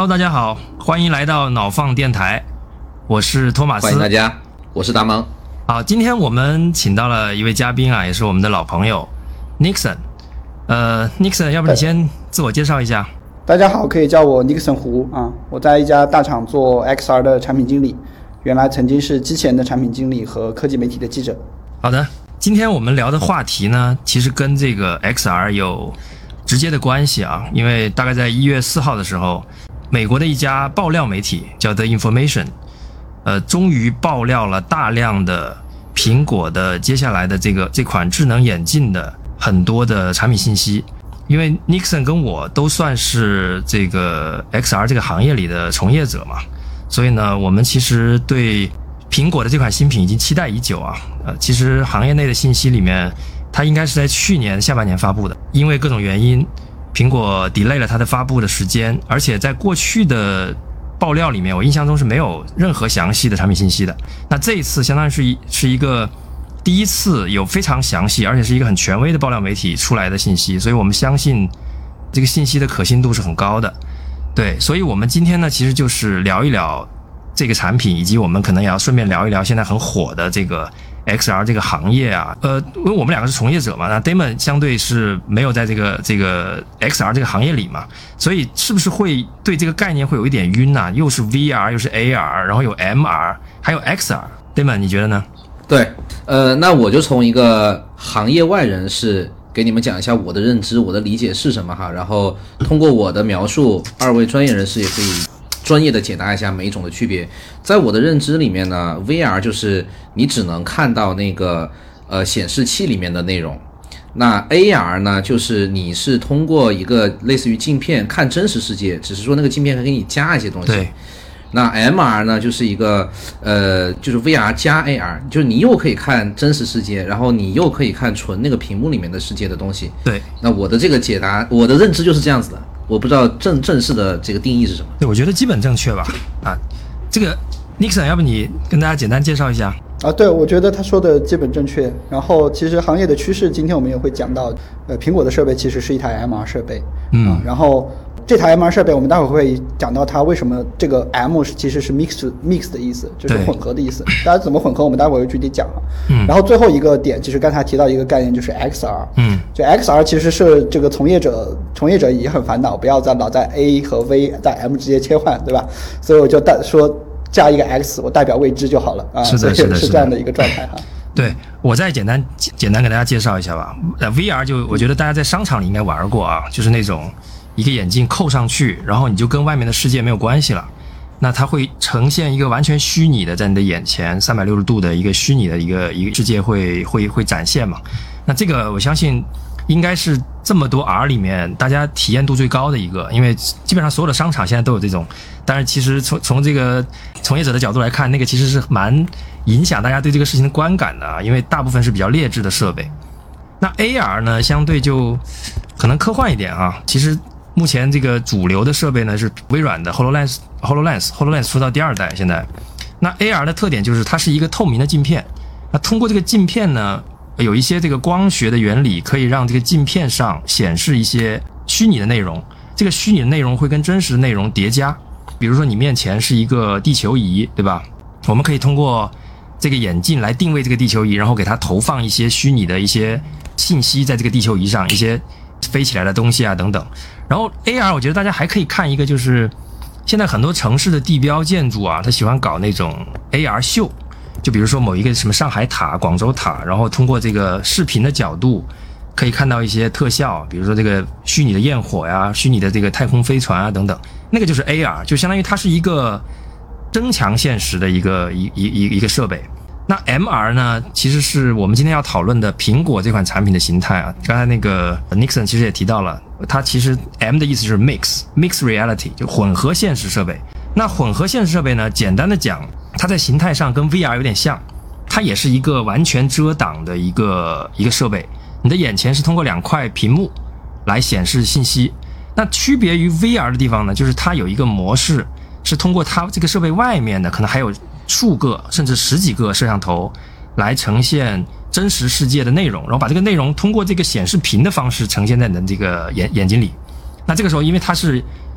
Hello， 大家好，欢迎来到脑放电台，我是托马斯。 欢迎大家，我是达蒙。 好，今天我们请到了一位嘉宾啊，也是我们的老朋友 Nixon。Nixon， 要不你先自我介绍一下？ 大家好，可以叫我 Nixon 胡啊，我在一家大厂做 XR 的产品经理，原来曾经是机器人的产品经理和科技媒体的记者。 好的，今天我们聊的话题呢，其实跟这个 XR 有直接的关系啊，因为大概在1月4号的时候，美国的一家爆料媒体叫 The Information， 终于爆料了大量的苹果的接下来的这款智能眼镜的很多的产品信息。因为 Nixon 跟我都算是这个 XR 这个行业里的从业者嘛，所以呢，我们其实对苹果的这款新品已经期待已久啊。其实行业内的信息里面，它应该是在去年下半年发布的，因为各种原因，苹果 delay 了它的发布的时间，而且在过去的爆料里面，我印象中是没有任何详细的产品信息的。那这一次相当于是一个第一次有非常详细，而且是一个很权威的爆料媒体出来的信息，所以我们相信这个信息的可信度是很高的。对，所以我们今天呢，其实就是聊一聊这个产品，以及我们可能也要顺便聊一聊现在很火的这个 XR 这个行业啊。因为我们两个是从业者嘛，那 Damon 相对是没有在这个 XR 这个行业里嘛，所以是不是会对这个概念会有一点晕啊？又是 VR， 又是 AR， 然后有 MR， 还有 XR。Damon 你觉得呢？ 对，那我就从一个行业外人士给你们讲一下我的认知，我的理解是什么哈，然后通过我的描述，二位专业人士也可以专业的解答一下每一种的区别。在我的认知里面呢 ，VR 就是你只能看到那个显示器里面的内容，那 AR 呢，就是你是通过一个类似于镜片看真实世界，只是说那个镜片可以给你加一些东西。 对。 那 MR 呢，就是一个就是 VR 加 AR， 就是你又可以看真实世界，然后你又可以看纯那个屏幕里面的世界的东西。 对。 那我的这个解答，我的认知就是这样子的，我不知道正式的这个定义是什么。 对，我觉得基本正确吧。啊，这个 Nixon， 要不你跟大家简单介绍一下？ 啊，对，我觉得他说的基本正确。然后其实行业的趋势，今天我们也会讲到，苹果的设备其实是一台 MR 设备，然后这台 MR 设备，我们待会儿会讲到它为什么这个 M 其实是 mix 的意思，就是混合的意思。大家怎么混合，我们待会儿会具体讲。然后最后一个点，其实刚才提到一个概念，就是 XR。就 XR 其实是这个从业者也很烦恼，不要老在 A 和 V 在 M 之间切换，对吧？所以我就说加一个 X， 我代表未知就好了啊。 是的， 是这样的一个状态哈。 对，我再简单给大家介绍一下吧。VR 就我觉得大家在商场里应该玩过啊，就是那种一个眼镜扣上去，然后你就跟外面的世界没有关系了。那它会呈现一个完全虚拟的，在你的眼前360度的一个虚拟的一个世界会展现嘛。那这个我相信应该是这么多 R 里面大家体验度最高的一个，因为基本上所有的商场现在都有这种。但是其实从这个从业者的角度来看，那个其实是蛮影响大家对这个事情的观感的啊，因为大部分是比较劣质的设备。那 AR 呢，相对就可能科幻一点啊。其实目前这个主流的设备呢是微软的 HoloLens 出到第2代现在。那 AR 的特点就是它是一个透明的镜片，那通过这个镜片呢，有一些这个光学的原理可以让这个镜片上显示一些虚拟的内容，这个虚拟的内容会跟真实的内容叠加。比如说你面前是一个地球仪，对吧？我们可以通过这个眼镜来定位这个地球仪，然后给它投放一些虚拟的一些信息在这个地球仪上，一些飞起来的东西啊等等。然后 AR 我觉得大家还可以看一个，就是现在很多城市的地标建筑啊，它喜欢搞那种 AR 秀，就比如说某一个什么上海塔、广州塔，然后通过这个视频的角度可以看到一些特效，比如说这个虚拟的焰火呀、虚拟的这个太空飞船啊等等，那个就是 AR， 就相当于它是一个增强现实的一个设备。那 MR 呢，其实是我们今天要讨论的苹果这款产品的形态啊。刚才那个 Nixon 其实也提到了，它其实 M 的意思就是 mix reality， 就混合现实设备。那混合现实设备呢，简单的讲，它在形态上跟 VR 有点像，它也是一个完全遮挡的一个设备。你的眼前是通过2块屏幕来显示信息。那区别于 VR 的地方呢，就是它有一个模式是通过它这个设备外面的可能还有数个甚至10几个摄像头来呈现真实世界的内容，然后把这个内容通过这个显示屏的方式呈现在你的这个眼睛里。那这个时候因为它是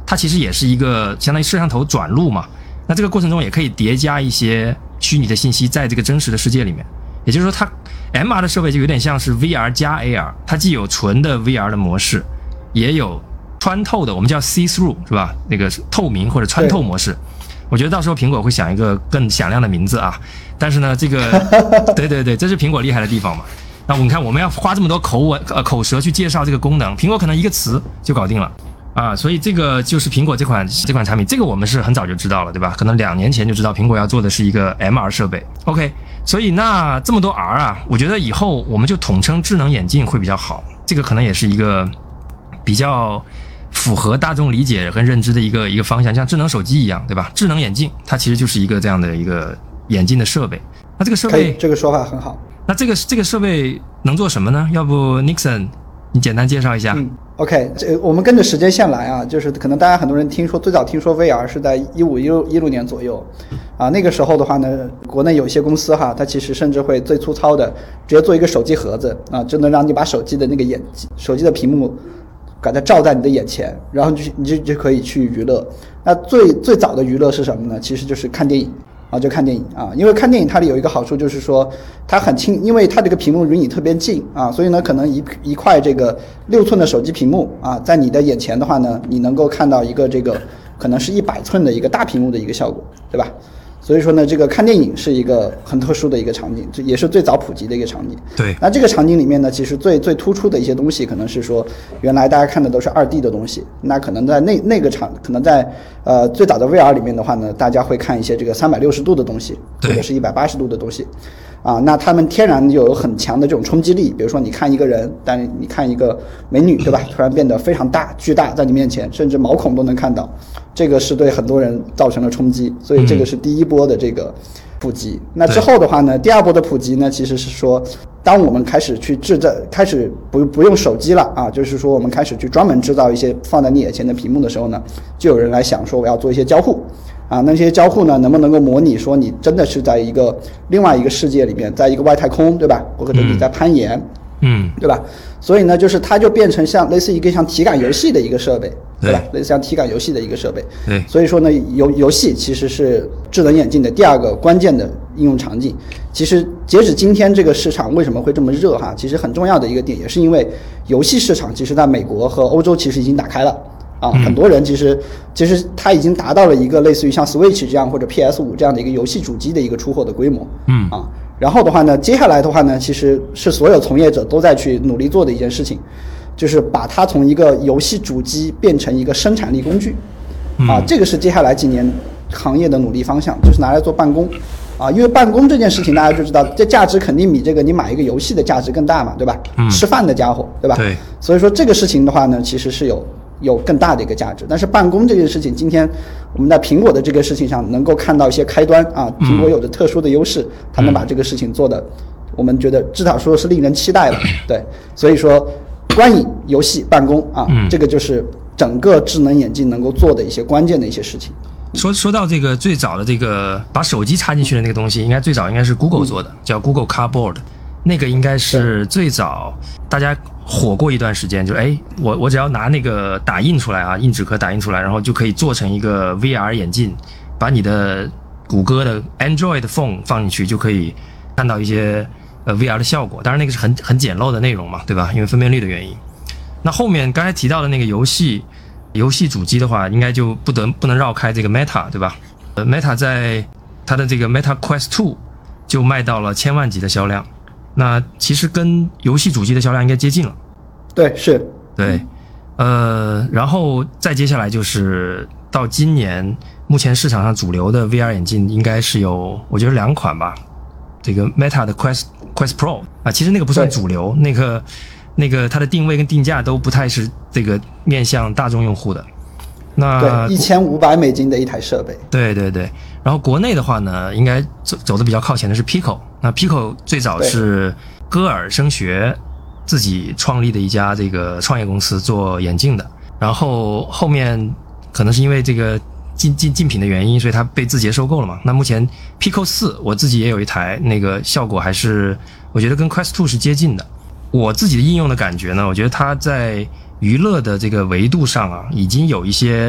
它其实也是一个相当于摄像头转录嘛。那这个过程中也可以叠加一些虚拟的信息在这个真实的世界里面。也就是说，它 MR 的设备就有点像是 VR 加 AR， 它既有纯的 VR 的模式，也有穿透的，我们叫 see through 是吧？那个透明或者穿透模式。我觉得到时候苹果会想一个更响亮的名字啊。但是呢，这个对对对，这是苹果厉害的地方嘛。那我们看，我们要花这么多口舌去介绍这个功能，苹果可能一个词就搞定了啊。所以这个就是苹果这款产品，这个我们是很早就知道了，对吧？可能2年前就知道苹果要做的是一个 MR 设备。OK， 所以那这么多 R 啊，我觉得以后我们就统称智能眼镜会比较好。这个可能也是一个比较符合大众理解和认知的一个方向，像智能手机一样，对吧？智能眼镜它其实就是一个这样的一个眼镜的设备。那这个设备， 这个说法很好。 那这个设备能做什么呢？要不 Nixon 你简单介绍一下。 OK， 我们跟着时间线来啊，就是可能大家很多人最早听说 VR 是在16年左右啊，那个时候的话呢，国内有些公司哈，它其实甚至会最粗糙的直接做一个手机盒子啊，就能让你把手机的手机的屏幕把它照在你的眼前，然后你就可以去娱乐。那最早的娱乐是什么呢？其实就是看电影啊，就看电影啊。因为看电影它里有一个好处就是说它很轻，因为它这个屏幕离你特别近啊，所以呢可能一块这个6寸的手机屏幕啊，在你的眼前的话呢，你能够看到一个这个可能是100寸的一个大屏幕的一个效果，对吧？所以说呢，这个看电影是一个很特殊的一个场景，这也是最早普及的一个场景。 对。 那这个场景里面呢，其实最突出的一些东西，可能是说，原来大家看的都是2D 的东西，那可能在那个可能在最早的 VR 里面的话呢，大家会看一些这个360度的东西，或者是180度的东西。啊，那他们天然就有很强的这种冲击力，比如说你看一个人，但是你看一个美女，对吧？突然变得非常大、巨大，在你面前，甚至毛孔都能看到，这个是对很多人造成了冲击，所以这个是第一波的这个普及。那之后的话呢，第二波的普及呢，其实是说，当我们开始去开始不用手机了啊，就是说我们开始去专门制造一些放在你眼前的屏幕的时候呢，就有人来想说我要做一些交互。啊，那些交互呢，能不能够模拟说你真的是在另外一个世界里面，在一个外太空，对吧？或者你在攀岩，对吧？所以呢，就是它就变成类似一个像体感游戏的一个设备，对吧？类似像体感游戏的一个设备。 对。 所以说呢，游戏其实是智能眼镜的第2个关键的应用场景。其实截止今天这个市场为什么会这么热哈？其实很重要的一个点也是因为游戏市场其实在美国和欧洲其实已经打开了。啊，很多人其实它已经达到了一个类似于像 Switch 这样或者 PS5 这样的一个游戏主机的一个出货的规模。然后的话呢，接下来的话呢，其实是所有从业者都在去努力做的一件事情，就是把它从一个游戏主机变成一个生产力工具。这个是接下来几年行业的努力方向，就是拿来做办公。因为办公这件事情大家就知道，这价值肯定比这个你买一个游戏的价值更大嘛，对吧？吃饭的家伙，对吧？ 对。 所以说这个事情的话呢，其实是有更大的一个价值。但是办公这件事情，今天我们在苹果的这个事情上能够看到一些开端啊，苹果有着特殊的优势，它能把这个事情做的，我们觉得至少说是令人期待了。对，所以说观影、游戏、办公啊，这个就是整个智能眼镜能够做的一些关键的一些事情。 说到这个最早的这个把手机插进去的那个东西，最早应该是 Google 做的，叫 Google Cardboard， 那个应该是最早大家火过一段时间，就是我只要拿那个打印出来啊，硬纸壳打印出来，然后就可以做成一个 VR 眼镜，把你的谷歌的 Android phone 放进去，就可以看到一些VR 的效果。当然那个是很简陋的内容嘛，对吧？因为分辨率的原因。那后面刚才提到的那个游戏主机的话，应该就不能绕开这个 Meta， 对吧？Meta 在它的这个 Meta Quest 2就卖到了1000万级的销量。那其实跟游戏主机的销量应该接近了。 对，是。 对。然后再接下来就是到今年，目前市场上主流的 VR 眼镜应该是有，我觉得2款吧。这个 Meta 的 Quest Pro 啊，其实那个不算主流，那个它的定位跟定价都不太是这个面向大众用户的。那对$1500的一台设备。 对对对。然后国内的话呢，应该走的比较靠前的是 Pico。那 Pico 最早是歌尔声学自己创立的一家这个创业公司做眼镜的，然后后面可能是因为这个竞品的原因，所以它被字节收购了嘛。那目前 Pico 4我自己也有一台，那个效果还是我觉得跟 Quest 2是接近的。我自己的应用的感觉呢，我觉得它在娱乐的这个维度上啊，已经有一些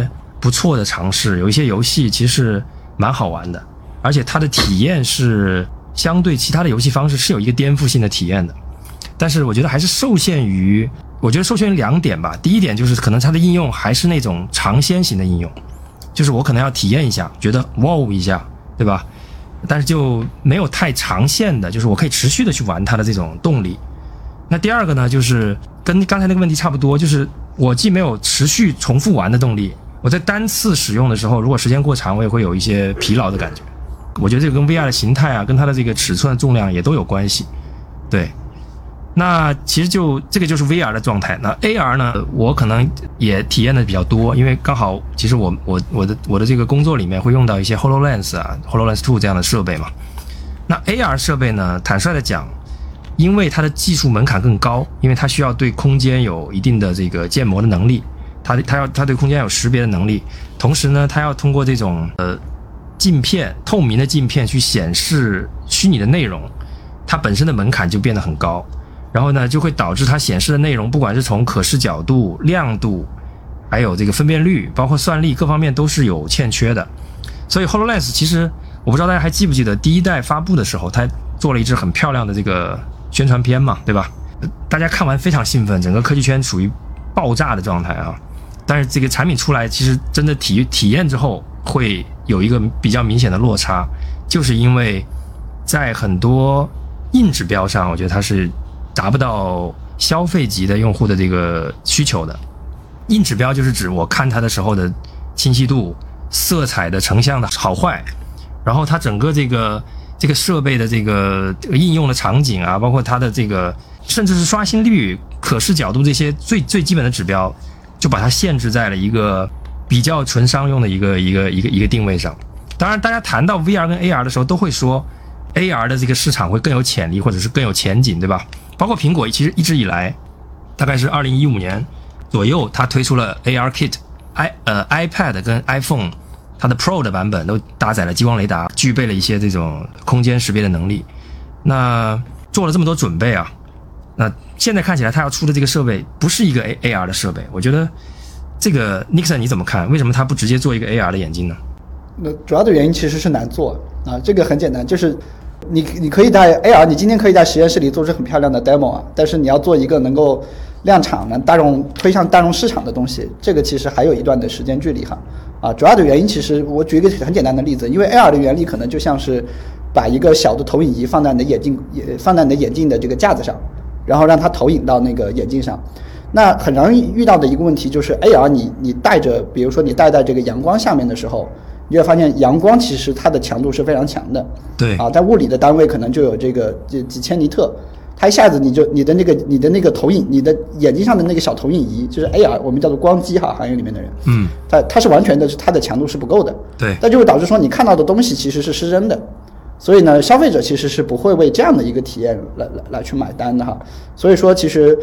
不错的尝试，有一些游戏其实是蛮好玩的，而且它的体验是相对其他的游戏方式是有一个颠覆性的体验的。但是我觉得还是受限于2点吧。第一点就是可能它的应用还是那种尝鲜型的应用，就是我可能要体验一下，觉得哇哦一下，对吧？但是就没有太长线的，就是我可以持续的去玩它的这种动力。那第二个呢，就是跟刚才那个问题差不多，就是我既没有持续重复玩的动力，我在单次使用的时候，如果时间过长，我也会有一些疲劳的感觉。我觉得这个跟 VR 的形态啊，跟它的这个尺寸的重量也都有关系。对，那其实这个就是 VR 的状态。那 AR 呢，我可能也体验的比较多，因为刚好其实我的这个工作里面会用到一些 HoloLens 啊 HoloLens 2这样的设备嘛。那 AR 设备呢，坦率的讲，因为它的技术门槛更高，因为它需要对空间有一定的这个建模的能力，它对空间有识别的能力，同时呢，它要通过这种镜片，透明的镜片去显示虚拟的内容，它本身的门槛就变得很高，然后呢，就会导致它显示的内容，不管是从可视角度、亮度，还有这个分辨率，包括算力各方面都是有欠缺的。所以 HoloLens 其实我不知道大家还记不记得第一代发布的时候，它做了一支很漂亮的这个宣传片嘛，对吧？大家看完非常兴奋，整个科技圈处于爆炸的状态啊。但是这个产品出来，其实真的体验之后会有一个比较明显的落差，就是因为在很多硬指标上，我觉得它是达不到消费级的用户的这个需求的。硬指标就是指我看它的时候的清晰度、色彩的成像的好坏，然后它整个这个设备的这个应用的场景啊，包括它的这个甚至是刷新率、可视角度这些最基本的指标，就把它限制在了一个比较纯商用的一个定位上。当然，大家谈到 VR 跟 AR 的时候，都会说 AR 的这个市场会更有潜力，或者是更有前景，对吧？包括苹果其实一直以来，大概是2015年左右，它推出了 AR Kit，iPad 跟 iPhone 它的 Pro 的版本都搭载了激光雷达，具备了一些这种空间识别的能力。那做了这么多准备啊，那现在看起来它要出的这个设备不是一个 AR 的设备，我觉得这个 Nixon 你怎么看？为什么它不直接做一个 AR 的眼镜呢？ 那主要的原因其实是难做啊，这个很简单，就是你可以在 AR， 你今天可以在实验室里做出很漂亮的 demo 啊，但是你要做一个能够量产的推向大众市场的东西，这个其实还有一段的时间距离哈。啊，主要的原因其实我举一个很简单的例子，因为 AR 的原理可能就像是把一个小的投影仪放在你的眼镜的这个架子上，然后让它投影到那个眼镜上。那很容易遇到的一个问题就是 AR 你戴着，比如说你戴在这个阳光下面的时候，你会发现阳光其实它的强度是非常强的。 对啊， 在物理的单位可能就有这个几千尼特，它一下子你的那个投影，你的眼睛上的那个小投影仪，就是 AR 我们叫做光机哈，行业里面的人，它是完全的，它的强度是不够的。 对， 那就会导致说你看到的东西其实是失真的。所以呢，消费者其实是不会为这样的一个体验来去买单的哈。所以说，其实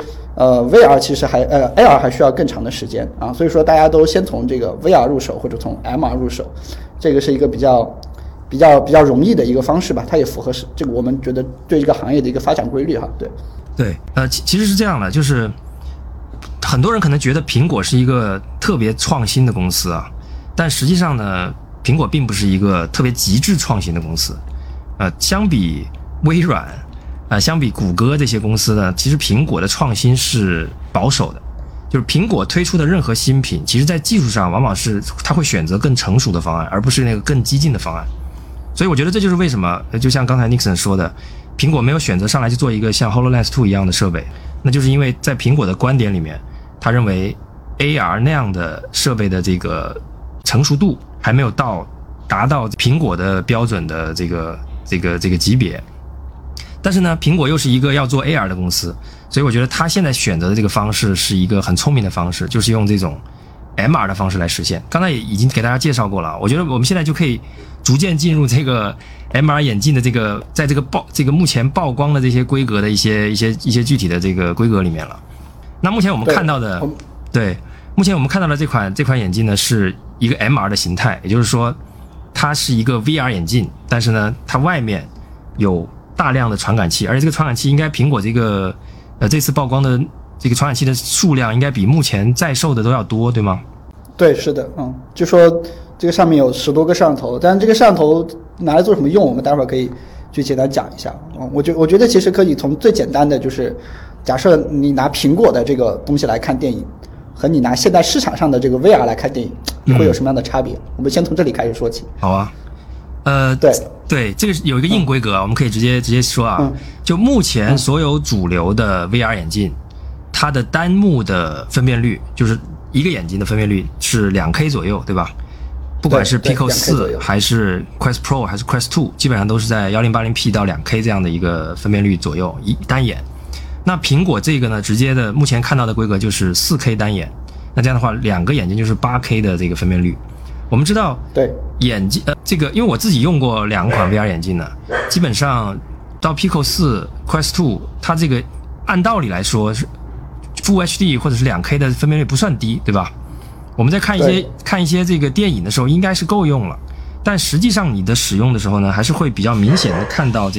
VR 其实AR 还需要更长的时间啊。所以说，大家都先从这个 VR 入手，或者从 MR 入手，这个是一个比较容易的一个方式吧。它也符合这个我们觉得对这个行业的一个发展规律哈。 对，其实是这样的，就是很多人可能觉得苹果是一个特别创新的公司啊，但实际上呢，苹果并不是一个特别极致创新的公司。相比微软相比谷歌这些公司呢，其实苹果的创新是保守的。就是苹果推出的任何新品，其实在技术上往往是它会选择更成熟的方案，而不是那个更激进的方案。所以我觉得这就是为什么，就像刚才 Nixon 说的，苹果没有选择上来去做一个像 HoloLens 2一样的设备，那就是因为在苹果的观点里面，他认为 AR 那样的设备的这个成熟度还没有达到苹果的标准的这个级别。但是呢，苹果又是一个要做 AR 的公司，所以我觉得他现在选择的这个方式是一个很聪明的方式，就是用这种 MR 的方式来实现。刚才也已经给大家介绍过了，我觉得我们现在就可以逐渐进入这个 MR 眼镜的在这个目前曝光的这些规格的一些具体的这个规格里面了。那目前我们看到的，目前我们看到的这款眼镜呢，是一个 MR 的形态，也就是说它是一个 VR 眼镜，但是呢它外面有大量的传感器，而且这个传感器应该苹果这次曝光的这个传感器的数量应该比目前在售的都要多，对吗？ 对，是的，就说这个上面有10多个摄像头，但是这个摄像头拿来做什么用，我们待会儿可以去简单讲一下。我觉得其实可以从最简单的就是，假设你拿苹果的这个东西来看电影，和你拿现在市场上的这个 VR 来看电影，你会有什么样的差别？我们先从这里开始说起。 好啊。对，这个有一个硬规格，我们可以直接说啊。就目前所有主流的 VR 眼镜，它的单目的分辨率，就是一个眼睛的分辨率是2K 左右，对吧？不管是 Pico 4还是 Quest Pro 还是 Quest 2，基本上都是在 1080p 到 2K 这样的一个分辨率左右一单眼。那苹果这个呢，直接的目前看到的规格就是 4K 单眼，那这样的话2个眼睛就是 8K 的这个分辨率。我们知道， 对眼镜这个，因为我自己用过2款 VR 眼镜呢，基本上到 Pico 4、Quest 2，它这个按道理来说是 Full HD 或者是2K 的分辨率不算低，对吧？我们在看一些这个电影的时候，应该是够用了。但实际上你的使用的时候呢，还是会比较明显的看到这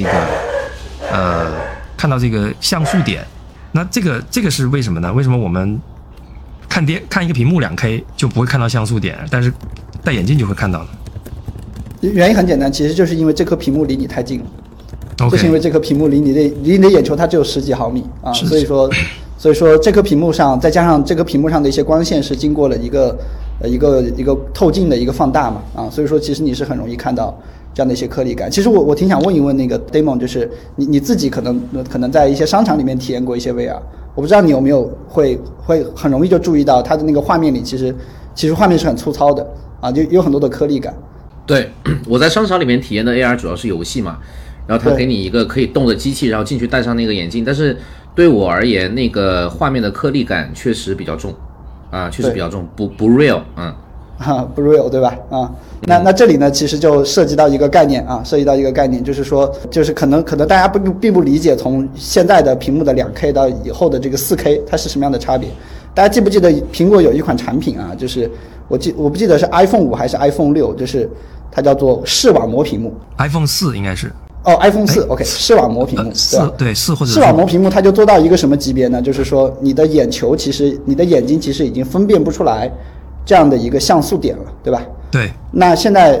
个像素点。那这个是为什么呢？为什么我们看一个屏幕2K 就不会看到像素点，但是戴眼镜就会看到呢？ 原因很简单，其实就是因为这颗屏幕离你太近了。 Okay. 就是因为这颗屏幕离你的眼球它只有10几毫米啊，所以说这颗屏幕上再加上这颗屏幕上的一些光线是经过了一个透镜的一个放大嘛啊，所以说其实你是很容易看到这样的一些颗粒感。其实我挺想问一问那个 Damon， 就是你自己可能在一些商场里面体验过一些 VR， 我不知道你有没有会很容易就注意到它的那个画面里其实画面是很粗糙的啊，就有很多的颗粒感。 对，我在商场里面体验的 AR 主要是游戏嘛，然后它给你一个可以动的机器，然后进去戴上那个眼镜，但是对我而言，那个画面的颗粒感确实比较重啊，确实比较重，不 real， 不 real 对吧？啊，那这里呢，其实就涉及到一个概念啊，就是说，就是可能大家并不理解，从现在的屏幕的2K 到以后的这个4K，它是什么样的差别？大家记不记得苹果有一款产品啊，就是我不记得是 iPhone 5还是 iPhone 6，就是它叫做视网膜屏幕。 iPhone 4应该是。 iPhone 4 OK， 视网膜屏幕， 对4或者视网膜屏幕，它就做到一个什么级别呢？就是说你的眼睛其实已经分辨不出来这样的一个像素点了，对吧？ 对。 那现在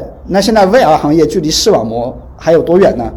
VR 行业距离视网膜还有多远呢？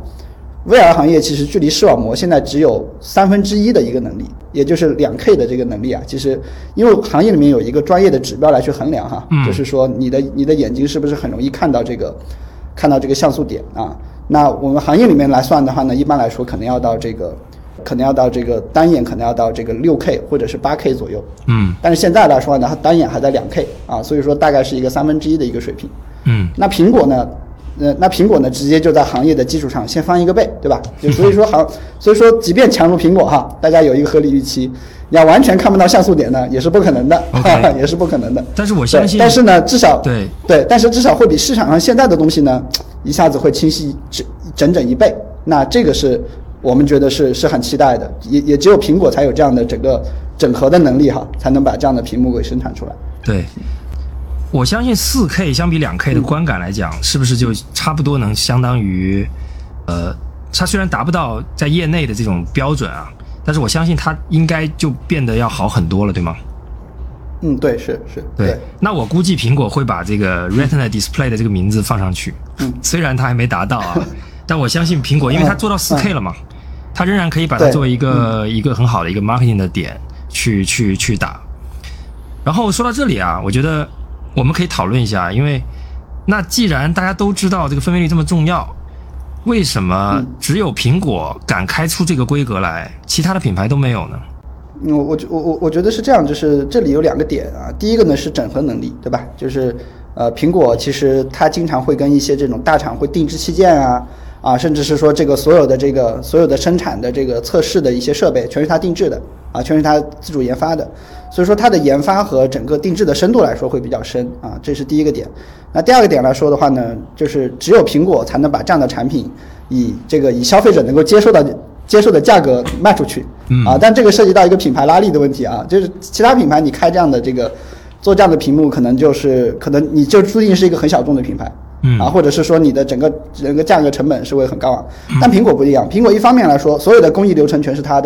VR 行业其实距离视网膜现在只有1/3的一个能力，也就是 2K 的这个能力啊。其实因为行业里面有一个专业的指标来去衡量哈，就是说你的眼睛是不是很容易看到这个像素点啊。那我们行业里面来算的话呢，一般来说可能要到这个单眼可能要到这个 6K 或者是 8K 左右。但是现在来说呢，它单眼还在 2K 啊，所以说大概是一个1/3的一个水平。那苹果呢，直接就在行业的基础上先翻一个倍，对吧？所以说即便强如苹果哈，大家有一个合理预期，你要完全看不到像素点呢，也是不可能的，也是不可能的。 但是我相信， 但是呢，至少对， 但是至少会比市场上现在的东西呢，一下子会清晰整1倍。那这个是我们觉得是很期待的，也只有苹果才有这样的整个整合的能力哈，才能把这样的屏幕给生产出来。 对。我相信 4K 相比 2K 的观感来讲，是不是就差不多能相当于，它虽然达不到在业内的这种标准啊，但是我相信它应该就变得要好很多了，对吗？ 对，是。 对。那我估计苹果会把这个 Retina Display 的这个名字放上去，虽然它还没达到啊，但我相信苹果，因为它做到 4K 了嘛，它仍然可以把它作为一个很好的一个 marketing 的点去打。然后说到这里啊，我觉得我们可以讨论一下，因为那既然大家都知道这个分辨率这么重要，为什么只有苹果敢开出这个规格来，其他的品牌都没有呢？ 我觉得是这样，就是这里有2个点啊。第一个呢是整合能力，对吧？就是苹果其实它经常会跟一些这种大厂会定制器件啊，甚至是说这个所有的生产的这个测试的一些设备全是它定制的啊，全是它自主研发的。所以说它的研发和整个定制的深度来说会比较深啊，这是第一个点。那第二个点来说的话呢，就是只有苹果才能把这样的产品以消费者能够接受的价格卖出去啊。但这个涉及到一个品牌拉力的问题啊，就是其他品牌你开这样的做这样的屏幕，可能你就注定是一个很小众的品牌。或者是说你的整个价格成本是会很高昂，但苹果不一样，苹果一方面来说，所有的工艺流程全是它的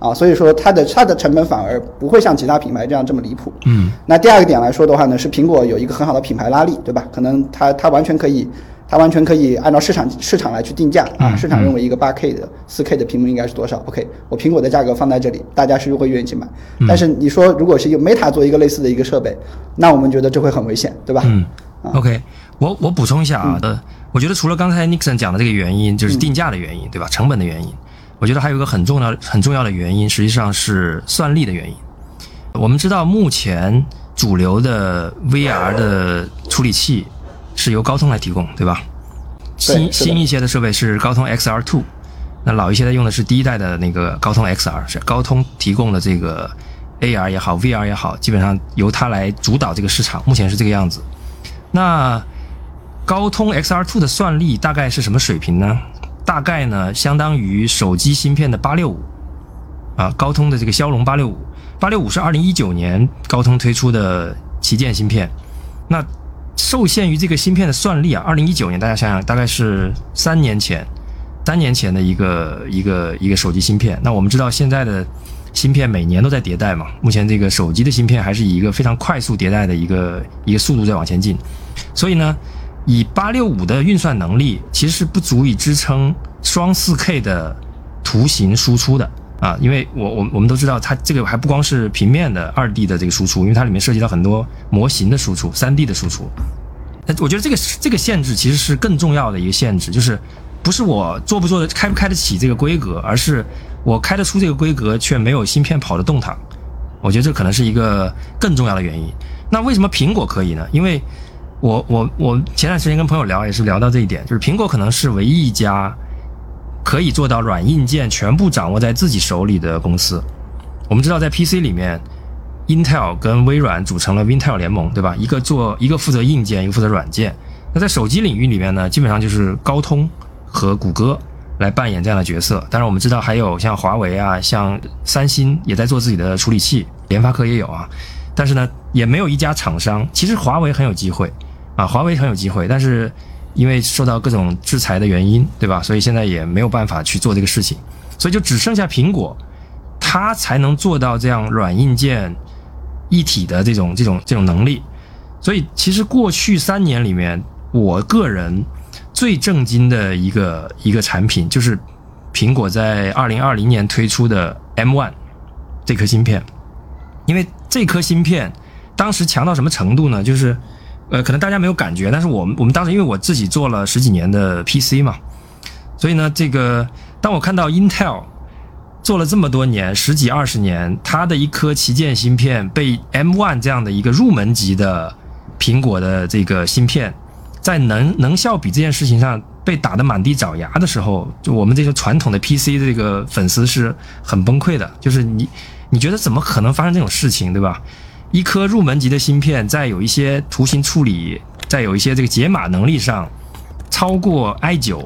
啊，所以说它的成本反而不会像其他品牌这样这么离谱。那第二个点来说的话呢，是苹果有一个很好的品牌拉力，对吧？可能它完全可以按照市场来去定价啊，市场认为一个 8K 的 4K 的屏幕应该是多少 ？OK， 我苹果的价格放在这里，大家是会愿意去买。但是你说如果是用 Meta 做一个类似的一个设备，那我们觉得这会很危险，对吧 ？OK， 我补充一下啊，我觉得除了刚才 Nixon 讲的这个原因，就是定价的原因，对吧？成本的原因。我觉得还有一个很重要的原因，实际上是算力的原因。我们知道目前主流的 VR 的处理器是由高通来提供，对吧？新一些的设备是高通 XR2， 那老一些的用的是第一代的那个高通 XR， 是高通提供的这个 AR 也好 VR 也好，基本上由它来主导这个市场，目前是这个样子。那高通 XR2 的算力大概是什么水平呢？大概呢，相当于手机芯片的865啊，高通的这个骁龙865是2019年高通推出的旗舰芯片。那受限于这个芯片的算力啊，2019年大家想想，大概是3年前的一个手机芯片。那我们知道现在的芯片每年都在迭代嘛，目前这个手机的芯片还是以一个非常快速迭代的一个速度在往前进，所以呢。以865的运算能力，其实是不足以支撑双 4K 的图形输出的啊，因为我们都知道，它这个还不光是平面的2D 的这个输出，因为它里面涉及到很多模型的输出、3D 的输出。我觉得这个限制其实是更重要的一个限制，就是不是我开不开得起这个规格，而是我开得出这个规格却没有芯片跑得动它。我觉得这可能是一个更重要的原因。那为什么苹果可以呢？因为我前段时间跟朋友聊，也是聊到这一点，就是苹果可能是唯一一家可以做到软硬件全部掌握在自己手里的公司。我们知道在 PC 里面 Intel 跟微软组成了 Intel 联盟，对吧？一个负责硬件，一个负责软件。那在手机领域里面呢，基本上就是高通和谷歌来扮演这样的角色。当然我们知道还有像华为啊，像三星也在做自己的处理器，联发科也有啊。但是呢，也没有一家厂商，其实华为很有机会啊，华为很有机会，但是因为受到各种制裁的原因，对吧？所以现在也没有办法去做这个事情，所以就只剩下苹果，它才能做到这样软硬件一体的这种能力。所以其实过去3年里面，我个人最震惊的一个产品，就是苹果在2020年推出的 M1 这颗芯片。因为这颗芯片当时强到什么程度呢？就是可能大家没有感觉，但是我们当时因为我自己做了10几年的 PC 嘛，所以呢，这个当我看到 Intel 做了这么多年10几20年，它的一颗旗舰芯片被 M1 这样的一个入门级的苹果的这个芯片在能效比这件事情上被打得满地找牙的时候，就我们这些传统的 PC 的这个粉丝是很崩溃的，就是你觉得怎么可能发生这种事情，对吧？一颗入门级的芯片，在有一些图形处理，在有一些这个解码能力上，超过 i9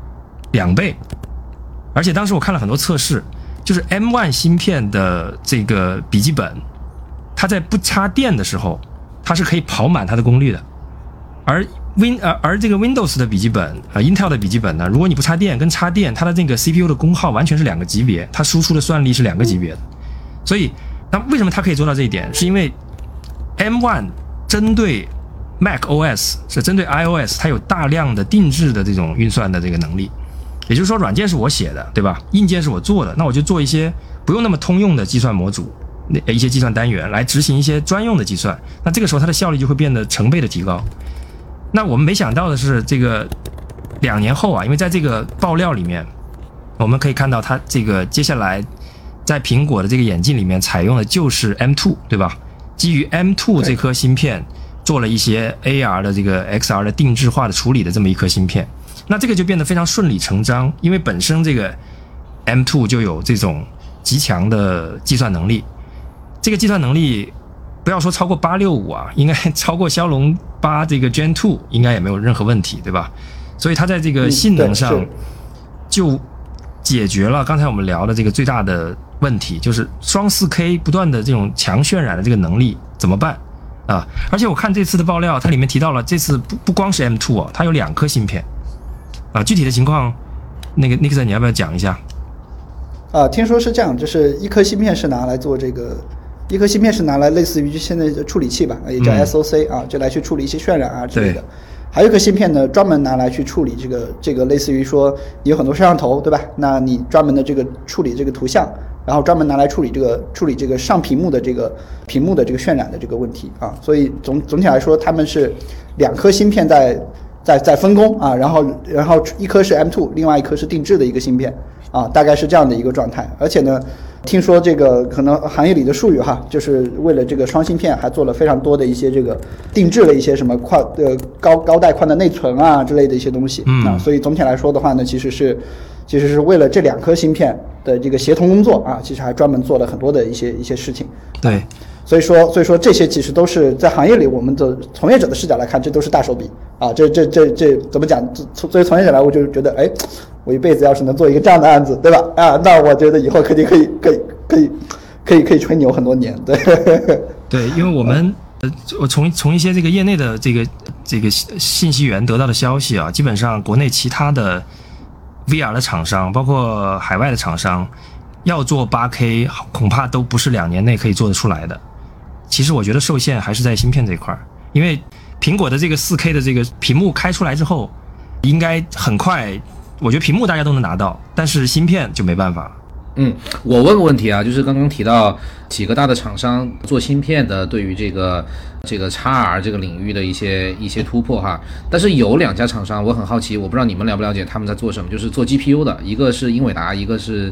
2倍。而且当时我看了很多测试，就是 M1 芯片的这个笔记本，它在不插电的时候，它是可以跑满它的功率的。而这个 Windows 的笔记本Intel 的笔记本呢，如果你不插电跟插电，它的这个 CPU 的功耗完全是2个级别，它输出的算力是2个级别的。所以那为什么它可以做到这一点？是因为 M1 针对 macOS 是针对 iOS， 它有大量的定制的这种运算的这个能力。也就是说软件是我写的，对吧？硬件是我做的，那我就做一些不用那么通用的计算模组，一些计算单元来执行一些专用的计算，那这个时候它的效率就会变得成倍的提高。那我们没想到的是，这个2年后啊，因为在这个爆料里面，我们可以看到它这个接下来在苹果的这个眼镜里面采用的就是 M2， 对吧？基于 M2 这颗芯片做了一些 AR 的这个 XR 的定制化的处理的这么一颗芯片，那这个就变得非常顺理成章，因为本身这个 M2 就有这种极强的计算能力，这个计算能力不要说超过865啊，应该超过骁龙8这个 Gen 2应该也没有任何问题，对吧？所以它在这个性能上就解决了刚才我们聊的这个最大的问题，就是双 4K 不断的这种强渲染的这个能力怎么办啊？而且我看这次的爆料，它里面提到了这次不光是 M2 啊，它有2颗芯片啊，具体的情况那个 Nixon 你要不要讲一下？ 听说是这样，就是一颗芯片是拿来做这个，一颗芯片是拿来类似于现在的处理器吧，也叫 SOC 啊，就来去处理一些渲染啊之类的。还有一颗芯片呢，专门拿来去处理这个类似于说你有很多摄像头，对吧？那你专门的这个处理这个图像，然后专门拿来处理这个上屏幕的这个渲染的这个问题啊。所以总体来说，他们是2颗芯片在分工啊，然后一颗是 M2， 另外一颗是定制的一个芯片啊，大概是这样的一个状态。而且呢，听说这个可能行业里的术语哈，就是为了这个双芯片，还做了非常多的一些这个定制了一些什么高带宽的内存啊之类的一些东西啊。所以总体来说的话呢，其实是为了这2颗芯片的这个协同工作啊，其实还专门做了很多的一些事情。 对。 所以说这些其实都是在行业里，我们的从业者的视角来看，这都是大手笔啊！这怎么讲？作为从业者来，我就觉得，我一辈子要是能做一个这样的案子，对吧？啊，那我觉得以后肯定可以吹牛很多年，对。 对，因为我们我从一些这个业内的这个信息源得到的消息啊，基本上国内其他的 VR 的厂商，包括海外的厂商，要做 8K 恐怕都不是2年内可以做得出来的。其实我觉得受限还是在芯片这一块，因为苹果的这个 4K 的这个屏幕开出来之后，应该很快，我觉得屏幕大家都能拿到，但是芯片就没办法了。 我问个问题啊，就是刚刚提到几个大的厂商做芯片的，对于这个 XR 这个领域的一些突破哈，但是有2家厂商我很好奇，我不知道你们了不了解他们在做什么，就是做 GPU 的，一个是英伟达，一个是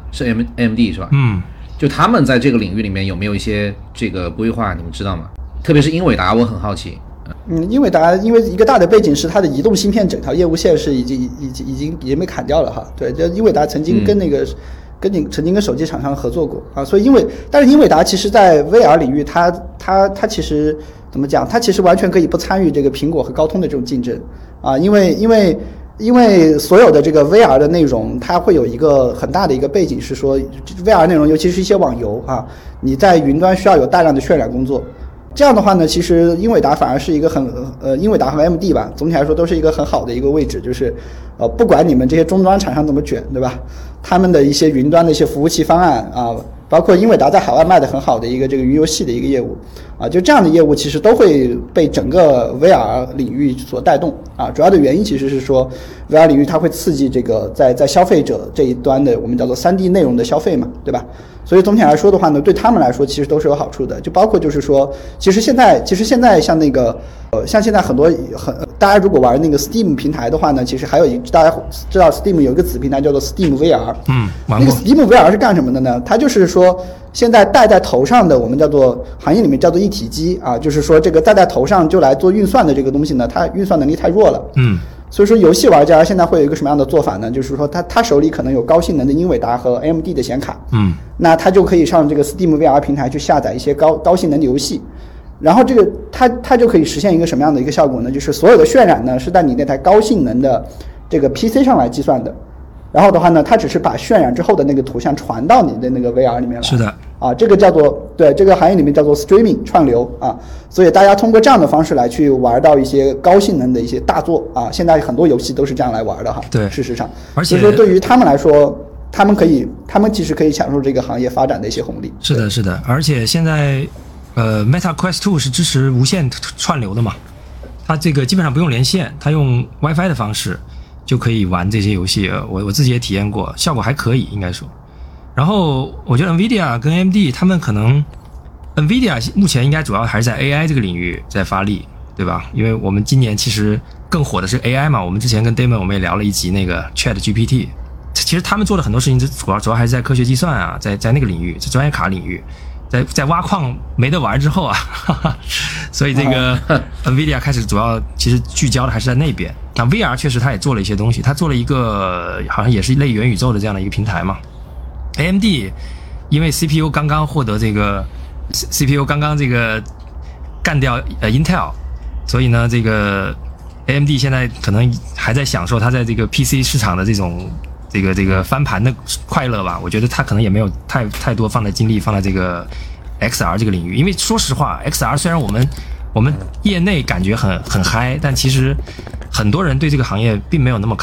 AMD 是吧？就他们在这个领域里面有没有一些这个规划，你们知道吗？特别是英伟达，我很好奇。 英伟达因为一个大的背景是它的移动芯片整条业务线是已经被砍掉了哈。对，就英伟达曾经曾经跟手机厂商合作过啊，所以但是英伟达其实在 VR 领域，它其实怎么讲？它其实完全可以不参与这个苹果和高通的这种竞争啊，因为所有的这个 VR 的内容，它会有一个很大的一个背景是说 VR 内容，尤其是一些网游啊，你在云端需要有大量的渲染工作。这样的话呢，其实英伟达反而是一个英伟达和 AMD 吧，总体来说都是一个很好的一个位置，就是不管你们这些终端厂商怎么卷，对吧？他们的一些云端的一些服务器方案啊，包括英伟达在海外卖的很好的一个这个云游戏的一个业务啊，就这样的业务其实都会被整个 VR 领域所带动啊。主要的原因其实是说 VR 领域它会刺激这个在消费者这一端的我们叫做 3D 内容的消费嘛，对吧？所以总体来说的话呢，对他们来说其实都是有好处的，就包括就是说，其实现在像那个像现在大家如果玩那个 Steam 平台的话呢，其实还有大家知道 Steam 有一个子平台叫做 Steam VR， 那个 Steam VR 是干什么的呢？它就是说现在戴在头上的我们叫做行业里面叫做一体机啊，就是说这个戴在头上就来做运算的这个东西呢，它运算能力太弱了。所以说游戏玩家现在会有一个什么样的做法呢？就是说他手里可能有高性能的英伟达和 AMD 的显卡，那他就可以上这个 Steam VR 平台去下载一些高性能的游戏，然后这个它就可以实现一个什么样的一个效果呢？就是所有的渲染呢是在你那台高性能的这个 PC 上来计算的，然后的话呢，它只是把渲染之后的那个图像传到你的那个 VR 里面来。 是的。 啊，这个这个行业里面叫做 streaming 串流啊，所以大家通过这样的方式来去玩到一些高性能的一些大作啊，现在很多游戏都是这样来玩的哈。 对， 事实上， 而且所以说对于他们来说，他们其实可以享受这个行业发展的一些红利。 是的，是的，而且现在Meta Quest 2是支持无线串流的嘛，它这个基本上不用连线，它用 WiFi 的方式就可以玩这些游戏，我自己也体验过，效果还可以，应该说。然后我觉得 NVIDIA 跟 AMD 他们可能 NVIDIA 目前应该主要还是在 AI 这个领域在发力，对吧？因为我们今年其实更火的是 AI 嘛，我们之前跟 Damon 我们也聊了一集那个 ChatGPT， 其实他们做的很多事情主要还是在科学计算啊，在那个领域，在专业卡领域，在挖矿没得玩之后啊，所以这个 NVIDIA 开始主要其实聚焦的还是在那边。那 VR 确实他也做了一些东西，他做了一个好像也是类元宇宙的这样的一个平台嘛。AMD 因为 CPU 刚刚获得这个 CPU 刚刚这个干掉Intel， 所以呢这个 AMD 现在可能还在享受它在这个 PC 市场的这种这个翻盘的快乐吧。我觉得它可能也没有太多精力放在这个 XR 这个领域，因为说实话 XR 虽然我们业内感觉很嗨，但其实很多人对这个行业并没有那么看好。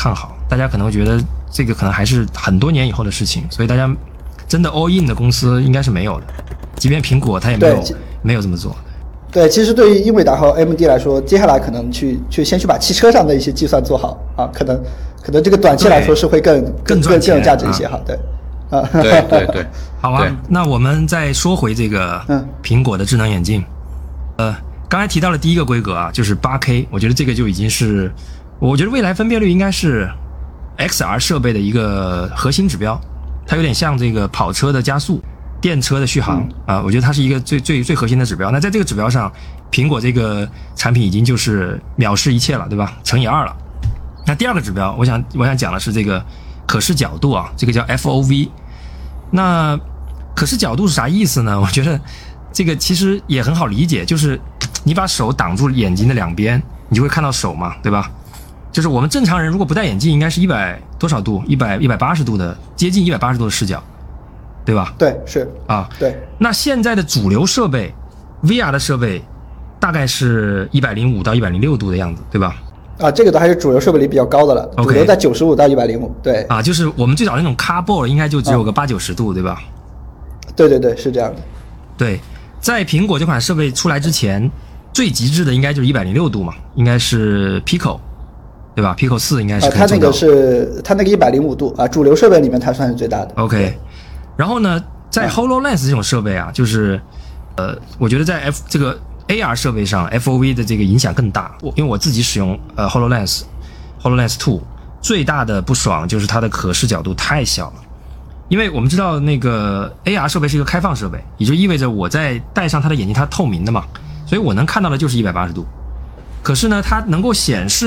大家可能会觉得这个可能还是很多年以后的事情，所以大家真的 all in 的公司应该是没有的，即便苹果它也没有这么做。 对，其实对于英伟达和 AMD 来说，接下来可能先去把汽车上的一些计算做好啊，可能这个短期来说是会更有价值一些哈。对， 对， 好啊。那我们再说回这个苹果的智能眼镜，刚才提到了第一个规格啊，就是 8K， 我觉得这个就已经是，我觉得未来分辨率应该是 XR 设备的一个核心指标，它有点像这个跑车的加速。电车的续航啊，我觉得它是一个最核心的指标。那在这个指标上，苹果这个产品已经就是藐视一切了，对吧？乘以2了。那第二个指标，我想讲的是这个可视角度啊，这个叫 FOV。那可视角度是啥意思呢？我觉得这个其实也很好理解，就是你把手挡住眼睛的两边，你就会看到手嘛，对吧？就是我们正常人如果不戴眼镜，应该是100多少度，180度的，接近180度的视角。对吧？ 对，是啊， 对。 那现在的主流设备 ，VR 的设备大概是105到106度的样子，对吧？ 啊，这个都还是主流设备里比较高的了，主流在95到105，对。 啊，就是我们最早那种 Cardboard 应该就只有个80-90度，对吧？ 对，是这样的。 对，在苹果这款设备出来之前，最极致的应该就是106度嘛，应该是 Pico， 对吧 ？Pico 4应该是它那个105度啊，主流设备里面它算是最大的。 OK。然后呢，在 HoloLens 这种设备啊，就是我觉得在这个 AR 设备上 FOV 的这个影响更大。因为我自己使用HoloLens 2，最大的不爽就是它的可视角度太小了。因为我们知道那个 AR 设备是一个开放设备，也就意味着我在戴上它的眼镜，它透明的嘛，所以我能看到的就是180度。可是呢，它能够显示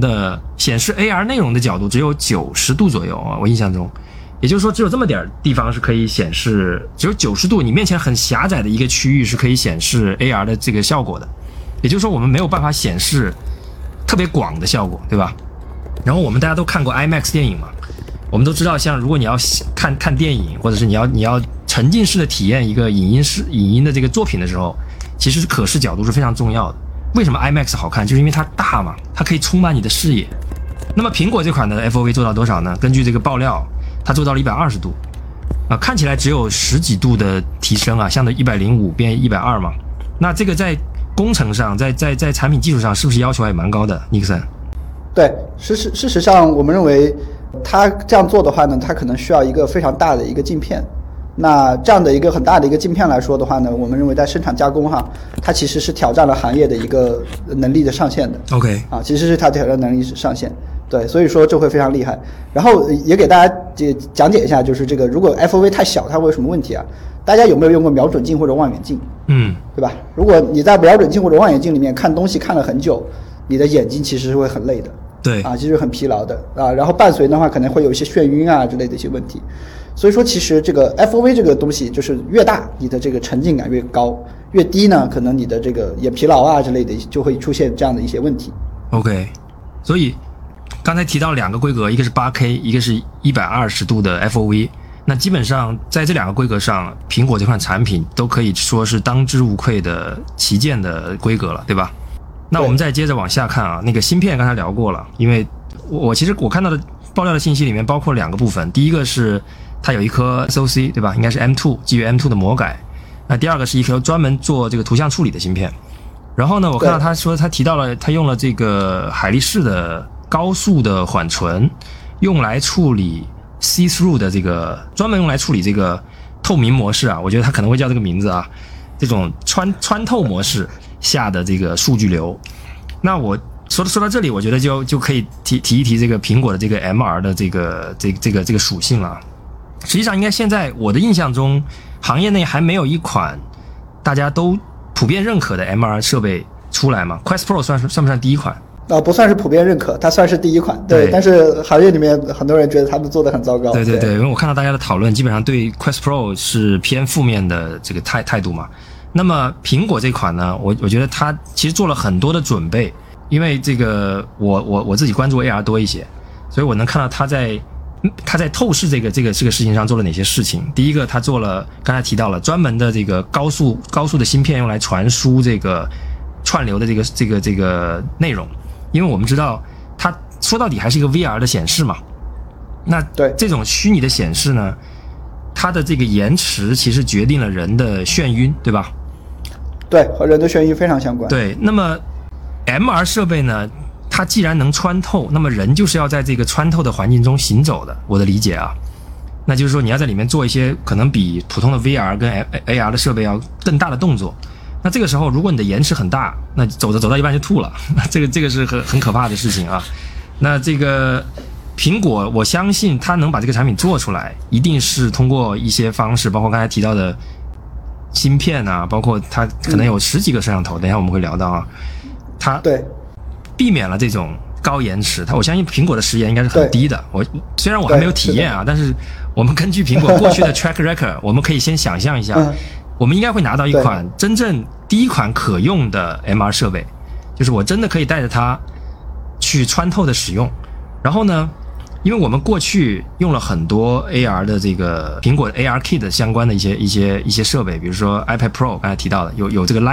AR 内容的角度只有90度左右啊，我印象中。也就是说，只有这么点地方是可以显示，只有90度，你面前很狭窄的一个区域是可以显示 AR 的这个效果的。也就是说，我们没有办法显示特别广的效果，对吧？然后我们大家都看过 IMAX 电影嘛，我们都知道，像如果你要看电影，或者是你要沉浸式的体验一个影音的这个作品的时候，其实可视角度是非常重要的。为什么 IMAX 好看？就是因为它大嘛，它可以充满你的视野。那么苹果这款的 FOV 做到多少呢？根据这个爆料，它做到了120度，看起来只有10几度的提升啊，相对105变120嘛。那这个在工程上，在产品技术上，是不是要求还蛮高的？尼克森？ 对，事实上，我们认为它这样做的话呢，它可能需要一个非常大的一个镜片。那这样的一个很大的一个镜片来说的话呢，我们认为在生产加工哈，它其实是挑战了行业的一个能力的上限的。 OK， 啊，其实是它挑战能力是上限。对，所以说这会非常厉害。然后也给大家讲解一下，就是这个如果 FOV 太小，它会有什么问题啊？大家有没有用过瞄准镜或者望远镜？对吧？如果你在瞄准镜或者望远镜里面看东西看了很久，你的眼睛其实是会很累的。 对啊，其实很疲劳的啊。然后伴随的话，可能会有一些眩晕啊之类的一些问题。所以说，其实这个 FOV 这个东西，就是越大，你的这个沉浸感越高；越低呢，可能你的这个眼疲劳啊之类的就会出现这样的一些问题。 OK， 所以刚才提到2个规格，一个是 8K， 一个是120度的 FOV。那基本上在这2个规格上，苹果这款产品都可以说是当之无愧的旗舰的规格了，对吧？那我们再接着往下看啊，那个芯片刚才聊过了，因为其实我看到的爆料的信息里面包括2个部分，第一个是它有一颗 SoC， 对吧？应该是 M2， 基于 M2 的魔改。那第二个是一颗专门做这个图像处理的芯片。然后呢，我看到他说他提到了他用了这个海力士的高速的缓存，用来处理 see-through 的这个，专门用来处理这个透明模式啊，我觉得他可能会叫这个名字啊，这种穿透模式下的这个数据流。那我说到这里，我觉得就可以提一提这个苹果的这个 MR 的这个属性了。实际上，应该现在我的印象中，行业内还没有一款大家都普遍认可的 MR 设备出来嘛 ？Quest Pro 算不算第一款？ 不算是普遍认可，它算是第一款。对，但是行业里面很多人觉得他们做的很糟糕。 对，因为我看到大家的讨论，基本上对 Quest Pro 是偏负面的这个态度嘛。那么苹果这款呢，我觉得它其实做了很多的准备，因为这个我自己关注 AR 多一些，所以我能看到它在透视这个事情上做了哪些事情。第一个，他做了刚才提到了专门的这个高速的芯片，用来传输这个串流的这个内容。因为我们知道它说到底还是一个 VR 的显示嘛。那对这种虚拟的显示呢，它的这个延迟其实决定了人的眩晕，对吧？ 对，和人的眩晕非常相关。 对，那么 MR 设备呢，它既然能穿透，那么人就是要在这个穿透的环境中行走的，我的理解啊。那就是说你要在里面做一些可能比普通的 VR 跟 AR 的设备要更大的动作。那这个时候如果你的延迟很大，那走到一半就吐了，这个是很可怕的事情啊。那这个苹果我相信它能把这个产品做出来，一定是通过一些方式，包括刚才提到的芯片啊，包括它可能有10几个摄像头，等一下我们会聊到啊。它对避免了这种高延迟，我相信苹果的时延应该是很低的。虽然我还没有体验啊，但是我们根据苹果过去的 track record， 我们可以先想象一下，我们应该会拿到一款真正第一款可用的 MR 设备，就是我真的可以带着它去穿透的使用。然后呢，因为我们过去用了很多 AR 的这个苹果的 ARKit 相关的一些设备，比如说 iPad Pro 刚才提到的有这个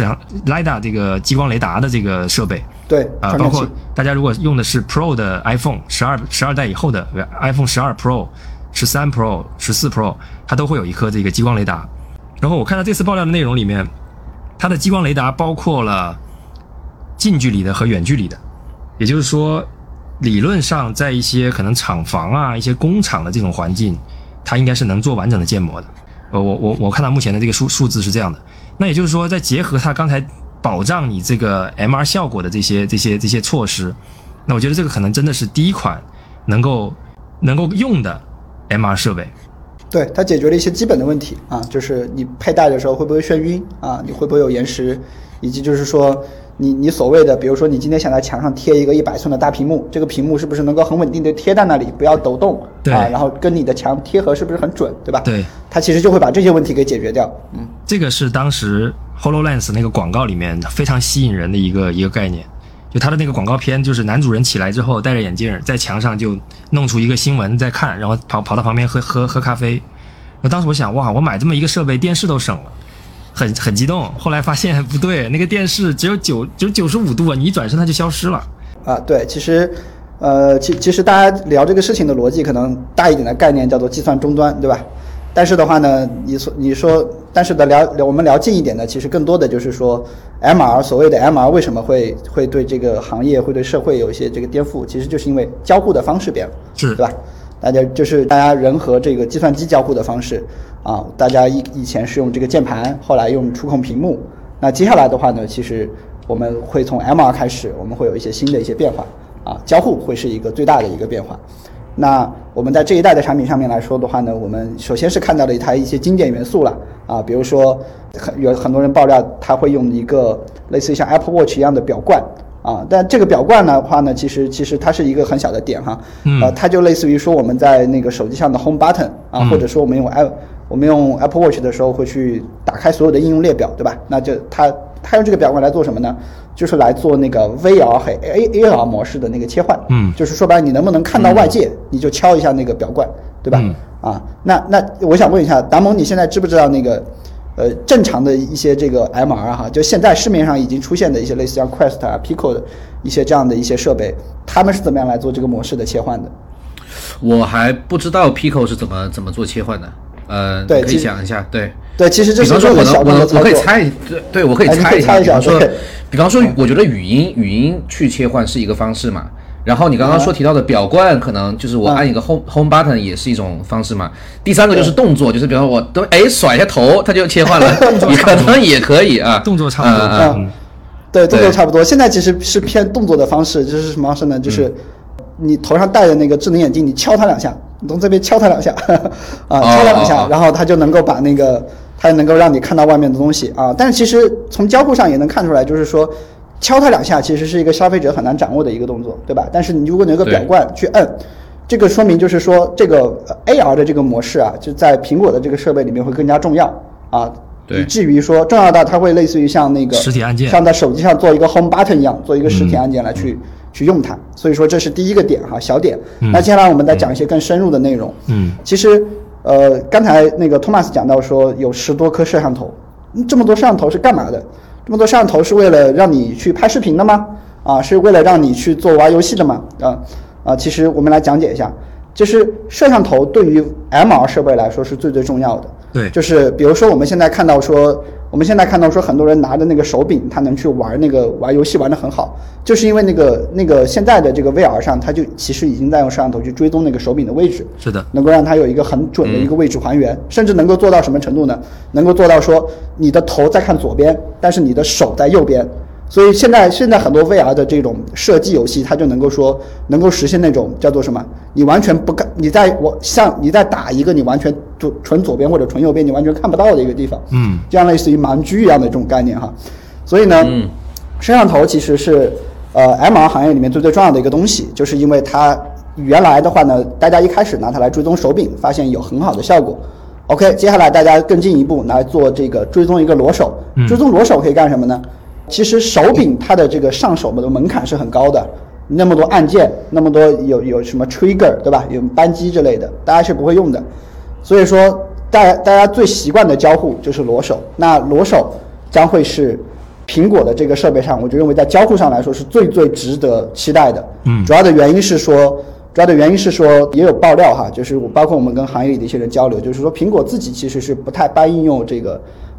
LiDAR 这个激光雷达的这个设备， 对包括大家如果用的是 Pro 的 iPhone 12代以后的 iPhone 12 Pro、13 Pro、14 Pro， 它都会有一颗这个激光雷达。然后我看到这次爆料的内容里面，它的激光雷达包括了近距离的和远距离的，也就是说理论上在一些可能厂房啊、一些工厂的这种环境，它应该是能做完整的建模的。我看到目前的这个数字是这样的。那也就是说，再结合它刚才保障你这个 MR 效果的这些措施，那我觉得这个可能真的是第一款能够用的 MR 设备。 对，它解决了一些基本的问题啊，就是你佩戴的时候会不会眩晕啊，你会不会有延时，以及就是说你所谓的，比如说你今天想在墙上贴一个100寸的大屏幕，这个屏幕是不是能够很稳定的贴在那里，不要抖动啊，然后跟你的墙贴合是不是很准，对吧？ 对， 它其实就会把这些问题给解决掉。 这个是当时 HoloLens 那个广告里面非常吸引人的一个概念。就他的那个广告片，就是男主人起来之后戴着眼镜，在墙上就弄出一个新闻在看，然后跑到旁边喝咖啡。当时我想，哇，我买这么一个设备，电视都省了，很激动。后来发现不对，那个电视只有95度啊，你一转身它就消失了。啊， 对，其实其实大家聊这个事情的逻辑，可能大一点的概念叫做计算终端，对吧？但是的话呢，你说，但是我们聊近一点的，其实更多的就是说 MR 所谓的 MR 为什么会对这个行业会对社会有一些这个颠覆，其实就是因为交互的方式变了， 是， 对吧？大家人和这个计算机交互的方式啊，大家以前是用这个键盘，后来用触控屏幕，那接下来的话呢，其实我们会从 MR 开始，我们会有一些新的一些变化啊，交互会是一个最大的一个变化。那我们在这一代的产品上面来说的话呢，我们首先是看到了一些经典元素了啊，比如说有很多人爆料它会用一个类似于像 Apple Watch 一样的表冠啊，但这个表冠的话呢，其实它是一个很小的点哈，它就类似于说我们在那个手机上的 Home Button 啊，或者说我们用 Apple Watch 的时候会去打开所有的应用列表，对吧？那就它用这个表冠来做什么呢？就是来做那个 VR 和 AR 模式的那个切换，就是说白了，你能不能看到外界，你就敲一下那个表冠，对吧？啊，那我想问一下达蒙，你现在知不知道那个正常的一些这个 MR 哈，就现在市面上已经出现的一些类似像 Quest 啊、Pico 的一些这样的一些设备，他们是怎么样来做这个模式的切换的？ 我还不知道 Pico 是怎么做切换的。 对， 你可以讲一下， 对，其实这是比方说我可以猜，对，我可以猜一下，比方说，我觉得语音去切换是一个方式嘛。然后你刚刚提到的表冠，可能就是我按一个 home button 也是一种方式嘛。第三个就是动作，就是比方说我甩一下头，它就切换了，你可能也可以啊， 动作差不多。 对，动作差不多。现在其实是偏动作的方式，就是什么方式呢？就是你头上戴的那个智能眼镜，你敲它2下。你从这边敲它2下，啊，敲它2下，然后它就能够把那个，它能够让你看到外面的东西啊。但是其实从交互上也能看出来，就是说敲它2下其实是一个消费者很难掌握的一个动作，对吧？但是你如果有个表冠去摁，这个说明就是说这个AR 的这个模式啊，就在苹果的这个设备里面会更加重要啊。以至于说重要到它会类似于像那个实体按键， 像在手机上做一个 Home Button 一样，做一个实体按键来去用它。所以说这是第一个点哈，小点。那接下来我们再讲一些更深入的内容。其实刚才那个 Thomas 讲到说有10多颗摄像头，这么多摄像头是干嘛的？这么多摄像头是为了让你去拍视频的吗？ 是为了让你去做玩游戏的嘛？其实我们来讲解一下，就是摄像头对于 MR 设备来说是最重要的。 对， 就是比如说我们现在看到说很多人拿着那个手柄，他能去玩游戏玩得很好，就是因为那个现在的这个 VR 上，它就其实已经在用摄像头去追踪那个手柄的位置， 是的， 能够让它有一个很准的一个位置还原，甚至能够做到什么程度呢？能够做到说你的头在看左边，但是你的手在右边。所以现在很多 VR 的这种射击游戏，它就能够实现那种叫做什么？你完全不看，你在打一个你完全纯左边或者纯右边你完全看不到的一个地方，这样类似于盲狙一样的这种概念哈。所以呢，摄像头其实是MR 行业里面最重要的一个东西，就是因为它原来的话呢，大家一开始拿它来追踪手柄，发现有很好的效果。OK， 接下来大家更进一步来做这个追踪一个裸手，追踪裸手可以干什么呢？其实手柄它的这个上手的门槛是很高的，那么多按键，那么多有什么 trigger 对吧？有扳机之类的，大家是不会用的。所以说大家最习惯的交互就是裸手。那裸手将会是苹果的这个设备上，我就认为在交互上来说是最值得期待的。主要的原因是说也有爆料哈，就是包括我们跟行业里的一些人交流，就是说苹果自己其实是不太搬应用这个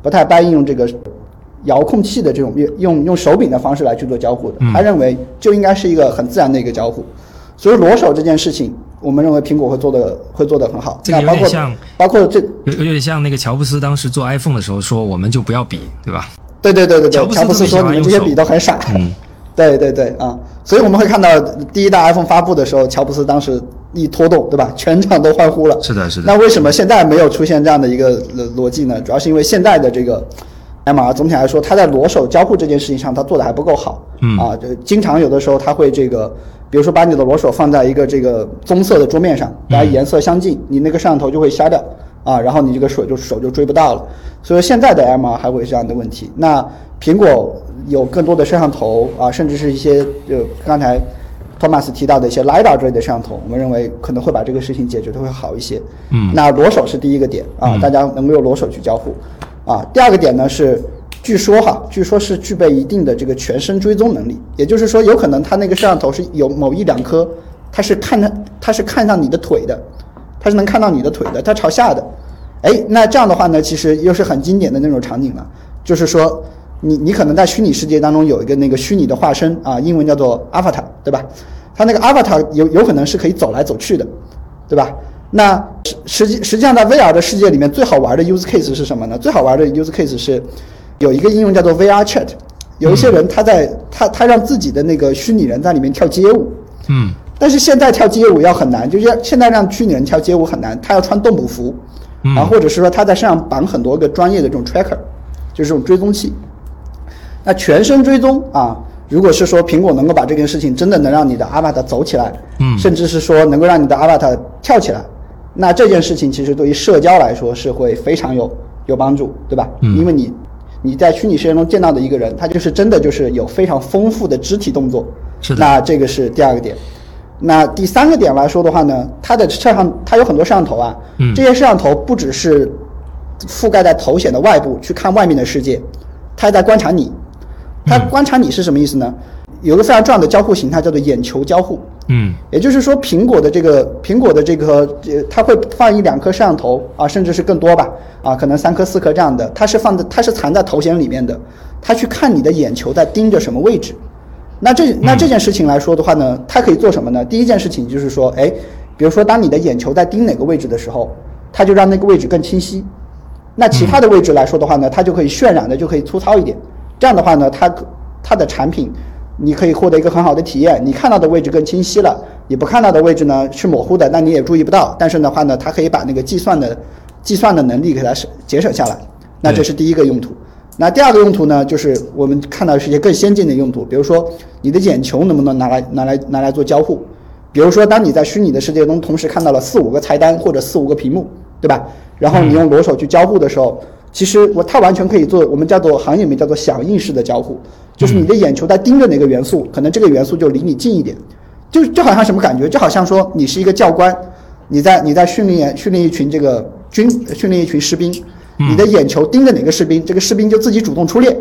遥控器的这种用手柄的方式来去做交互的，他认为就应该是一个很自然的一个交互，所以裸手这件事情，我们认为苹果会做得很好。 这个有点像， 包括这有点像那个乔布斯当时做 iPhone 的时候说，我们就不要比，对吧？ 对，乔布斯说你们这些笔都很傻。对啊，所以我们会看到第一代 iPhone 发布的时候，乔布斯当时一拖动，对吧？全场都欢呼了。 是的。 那为什么现在没有出现这样的一个逻辑呢？主要是因为现在的这个MR 总体来说，它在裸手交互这件事情上，它做的还不够好。经常有的时候它会比如说把你的裸手放在一个这个棕色的桌面上，大家颜色相近，你那个摄像头就会瞎掉然后你这个手就追不到了。所以现在的 MR 还会有这样的问题。那苹果有更多的摄像头甚至是一些刚才托马斯提到的一些 LiDAR 之类的摄像头，我们认为可能会把这个事情解决的会好一些。那裸手是第一个点大家能够用裸手去交互。第二个点呢是，据说是具备一定的这个全身追踪能力，也就是说，有可能它那个摄像头是有某一两颗，它是看上你的腿的，它是能看到你的腿的，它朝下的。那这样的话呢，其实又是很经典的那种场景了，就是说你可能在虚拟世界当中有一个那个虚拟的化身英文叫做 avatar， 对吧？它那个 avatar 有可能是可以走来走去的，对吧？那实际上在 VR 的世界里面最好玩的 use case 是什么呢？最好玩的 use case 是有一个应用叫做 VR Chat， 有一些人他让自己的那个虚拟人在里面跳街舞，但是现在跳街舞要很难，就是现在让虚拟人跳街舞很难，他要穿动捕服，或者是说他在身上绑很多个专业的这种 tracker， 就是这种追踪器。那全身追踪如果是说苹果能够把这件事情真的能让你的 avatar 走起来，甚至是说能够让你的 avatar 跳起来，那这件事情其实对于社交来说是会非常有帮助，对吧？因为你在虚拟世界中见到的一个人，他就是真的就是有非常丰富的肢体动作。 是的。 那这个是第二个点。那第三个点来说的话呢，它有很多摄像头这些摄像头不只是覆盖在头显的外部去看外面的世界，它还在观察你。它观察你是什么意思呢？有个非常重要的交互形态叫做眼球交互。也就是说苹果的这个它会放一两颗摄像头甚至是更多吧可能3颗4颗这样的，它是藏在头显里面的，它去看你的眼球在盯着什么位置。那这件事情来说的话呢，它可以做什么呢？第一件事情就是说比如说当你的眼球在盯哪个位置的时候，它就让那个位置更清晰。那其他的位置来说的话呢，它就可以渲染的就可以粗糙一点。这样的话呢，它的产品你可以获得一个很好的体验，你看到的位置更清晰了，你不看到的位置呢是模糊的，那你也注意不到。但是的话呢，它可以把那个计算的能力给它节省下来。那这是第一个用途。那第二个用途呢，就是我们看到是一些更先进的用途，比如说你的眼球能不能拿来做交互。比如说当你在虚拟的世界中同时看到了4、5个菜单或者4、5个屏幕，对吧？然后你用裸手去交互的时候，其实它完全可以做我们行业里面叫做响应式的交互，就是你的眼球在盯着哪个元素，可能这个元素就离你近一点。就好像什么感觉？就好像说你是一个教官，你在训练一群训练一群士兵，你的眼球盯着哪个士兵，这个士兵就自己主动出列，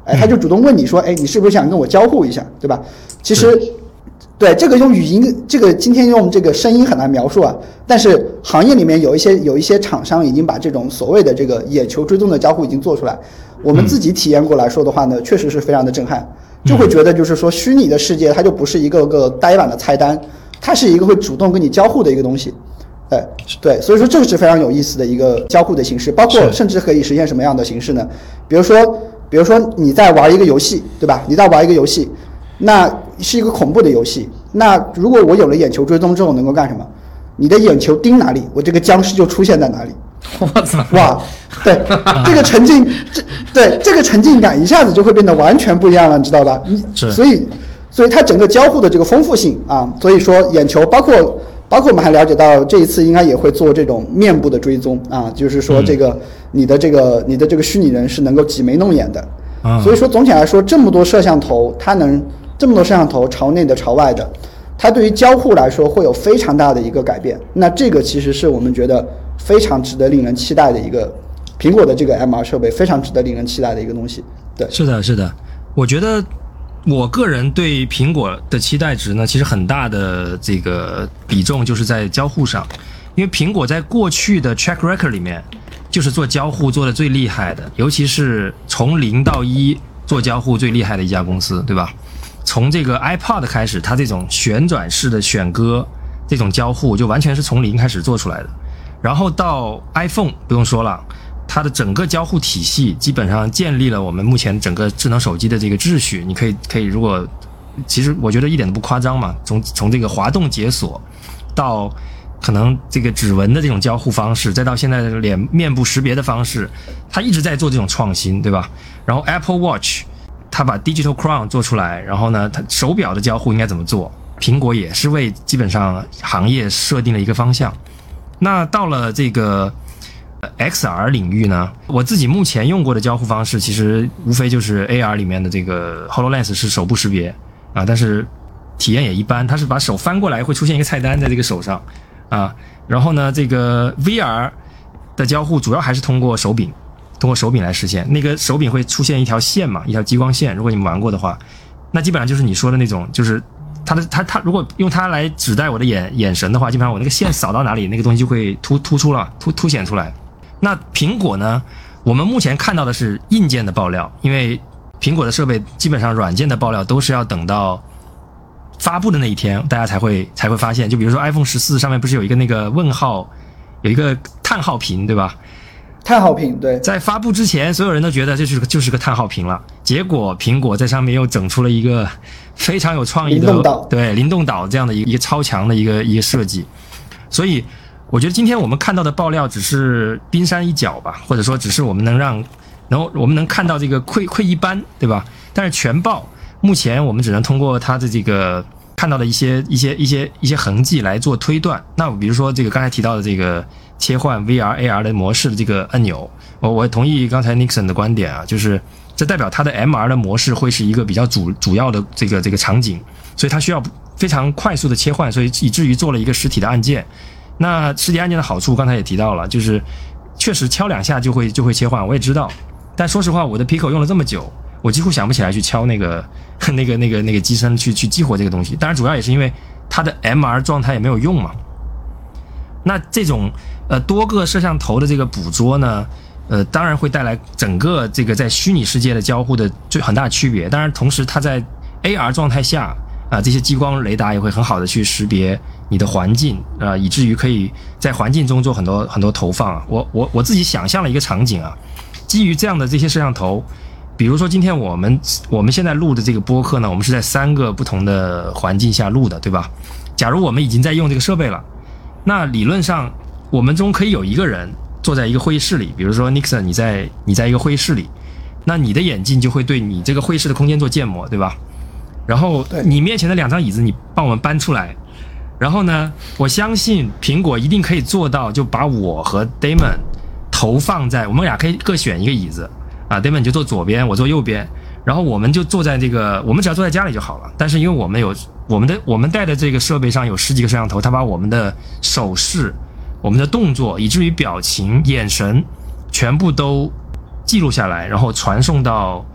他就主动问你说，你是不是想跟我交互一下，对吧？其实，对这个用语音，这个今天用这个声音很难描述啊。但是行业里面有一些厂商已经把这种所谓的这个眼球追踪的交互已经做出来。我们自己体验过来说的话呢，确实是非常的震撼，就会觉得就是说虚拟的世界它就不是一个个呆板的菜单，它是一个会主动跟你交互的一个东西。对，所以说这个是非常有意思的一个交互的形式，包括甚至可以实现什么样的形式呢？比如说你在玩一个游戏，对吧？你在玩一个游戏，那是一个恐怖的游戏，那如果我有了眼球追踪之后能够干什么？你的眼球盯哪里，我这个僵尸就出现在哪里。 我操！ 哇，对，这个沉浸，这个沉浸感一下子就会变得完全不一样了，你知道吧？所以它整个交互的这个丰富性啊，所以说眼球包括我们还了解到这一次应该也会做这种面部的追踪啊，就是说这个你的这个虚拟人是能够挤眉弄眼的。所以说总体来说，这么多摄像头朝内的朝外的，它对于交互来说会有非常大的一个改变。那这个其实是我们觉得非常值得令人期待的一个苹果的这个 MR 设备，非常值得令人期待的一个东西。对， 是的，我觉得我个人对苹果的期待值呢，其实很大的这个比重就是在交互上，因为苹果在过去的 track record 里面就是做交互做的最厉害的，尤其是从0到1做交互最厉害的一家公司，对吧？从这个 iPod 开始，它这种旋转式的选歌这种交互就完全是从0开始做出来的，然后到 iPhone 不用说了，它的整个交互体系基本上建立了我们目前整个智能手机的这个秩序。你可以，如果其实我觉得一点都不夸张嘛，从这个滑动解锁到可能这个指纹的这种交互方式，再到现在的面部识别的方式，它一直在做这种创新，对吧？然后 Apple Watch 它把 Digital Crown 做出来，然后呢，它手表的交互应该怎么做？苹果也是为基本上行业设定了一个方向。那到了这个XR 领域呢，我自己目前用过的交互方式其实无非就是 AR 里面的这个 HoloLens 是手部识别啊，但是体验也一般，它是把手翻过来会出现一个菜单在这个手上啊，然后呢这个 VR 的交互主要还是通过手柄来实现，那个手柄会出现一条线嘛，一条激光线，如果你们玩过的话，那基本上就是你说的那种，就是它如果用它来指代我的眼神的话，基本上我那个线扫到哪里，那个东西就会凸显出来。那苹果呢，我们目前看到的是硬件的爆料，因为苹果的设备基本上软件的爆料都是要等到发布的那一天大家才会发现。就比如说 iPhone 14上面不是有一个那个问号，有一个叹号屏，对吧？ 叹号屏，对， 在发布之前所有人都觉得这就是个叹号屏了，结果苹果在上面又整出了一个非常有创意的灵动岛这样的一个超强的一个设计。所以我觉得今天我们看到的爆料只是冰山一角吧，或者说只是我们能看到这个窥一斑，对吧？但是全豹目前我们只能通过它的这个看到的一些痕迹来做推断。那比如说这个刚才提到的这个切换 VR、AR 的模式的这个按钮，我同意刚才 Nixon 的观点啊，就是这代表它的 MR 的模式会是一个比较主要的这个场景，所以它需要非常快速的切换，所以以至于做了一个实体的按键。那实体按键的好处刚才也提到了，就是确实敲两下就会切换，我也知道。但说实话，我的 Pico 用了这么久，我几乎想不起来去敲那个机身去激活这个东西。当然主要也是因为它的 MR 状态也没有用嘛。那这种多个摄像头的这个捕捉呢，当然会带来整个这个在虚拟世界的交互的很大区别。当然同时它在 AR 状态下这些激光雷达也会很好的去识别你的环境以至于可以在环境中做很多投放我自己想象了一个场景啊，基于这样的这些摄像头，比如说今天我们现在录的这个播客呢，我们是在3个不同的环境下录的，对吧？假如我们已经在用这个设备了，那理论上我们中可以有一个人坐在一个会议室里，比如说 Nixon 你在一个会议室里，那你的眼镜就会对你这个会议室的空间做建模，对吧？然后你面前的2张椅子你帮我们搬出来，然后呢，我相信苹果一定可以做到，就把我和 Damon 投放在，我们俩可以各选一个椅子Damon 你就坐左边，我坐右边，然后我们就坐在这个，我们只要坐在家里就好了。但是因为我们带的这个设备上有10几个摄像头，它把我们的手势、我们的动作，以至于表情、眼神全部都记录下来，然后传送到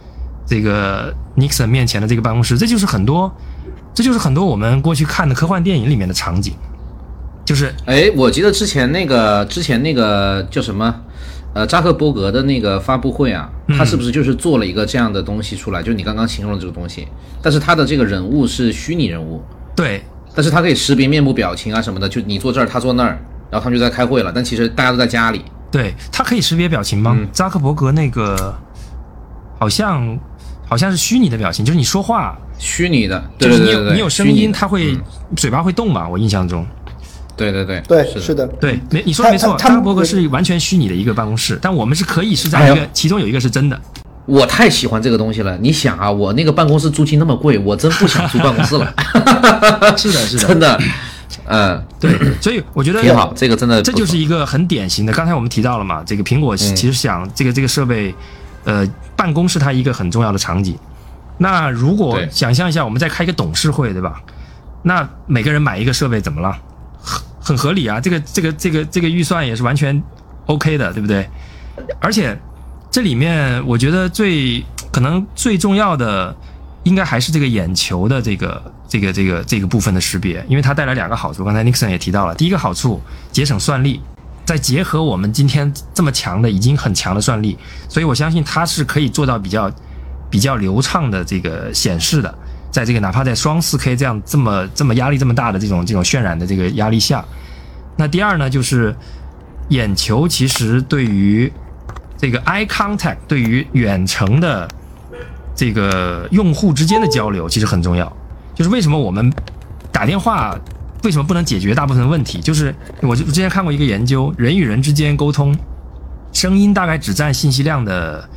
这个 Nixon 面前的这个办公室，这就是很多我们过去看的科幻电影里面的场景。就是我记得之前那个叫什么扎克伯格的那个发布会啊，他是不是就是做了一个这样的东西出来，就是你刚刚形容的这个东西，但是他的这个人物是虚拟人物， 对， 但是他可以识别面部表情啊什么的，就你坐这儿他坐那儿，然后他们就在开会了，但其实大家都在家里。 对，他可以识别表情吗？扎克伯格那个好像是虚拟的表情，就是你说话虚拟的，对就是对对对， 你有声音，他会嘴巴会动嘛？我印象中。 对对对对，是的， 对，你说的没错，扎克伯格是完全虚拟的一个办公室，但我们是可以是在一个，其中有一个是真的。 我太喜欢这个东西了，你想啊，我那个办公室租金那么贵，我真不想租办公室了。 是的， 真的， 对，所以我觉得挺好，这个真的， 这就是一个很典型的。刚才我们提到了嘛，这个苹果其实想这个设备，办公是它一个很重要的场景。那如果想象一下，我们再开一个董事会，对吧？那每个人买一个设备怎么了？很合理啊，这个预算也是完全 OK 的，对不对？而且这里面我觉得可能最重要的应该还是这个眼球的这个部分的识别，因为它带来2个好处，刚才 Nixon 也提到了。第一个好处，节省算力，再结合我们今天这么强的已经很强的算力，所以我相信它是可以做到比较流畅的这个显示的。在这个哪怕在双 4K 这样这么压力这么大的这种渲染的这个压力下，那第二呢，就是眼球其实对于这个 eye contact 对于远程的这个用户之间的交流其实很重要。就是为什么我们打电话为什么不能解决大部分的问题，就是我之前看过一个研究，人与人之间沟通，声音大概只占信息量的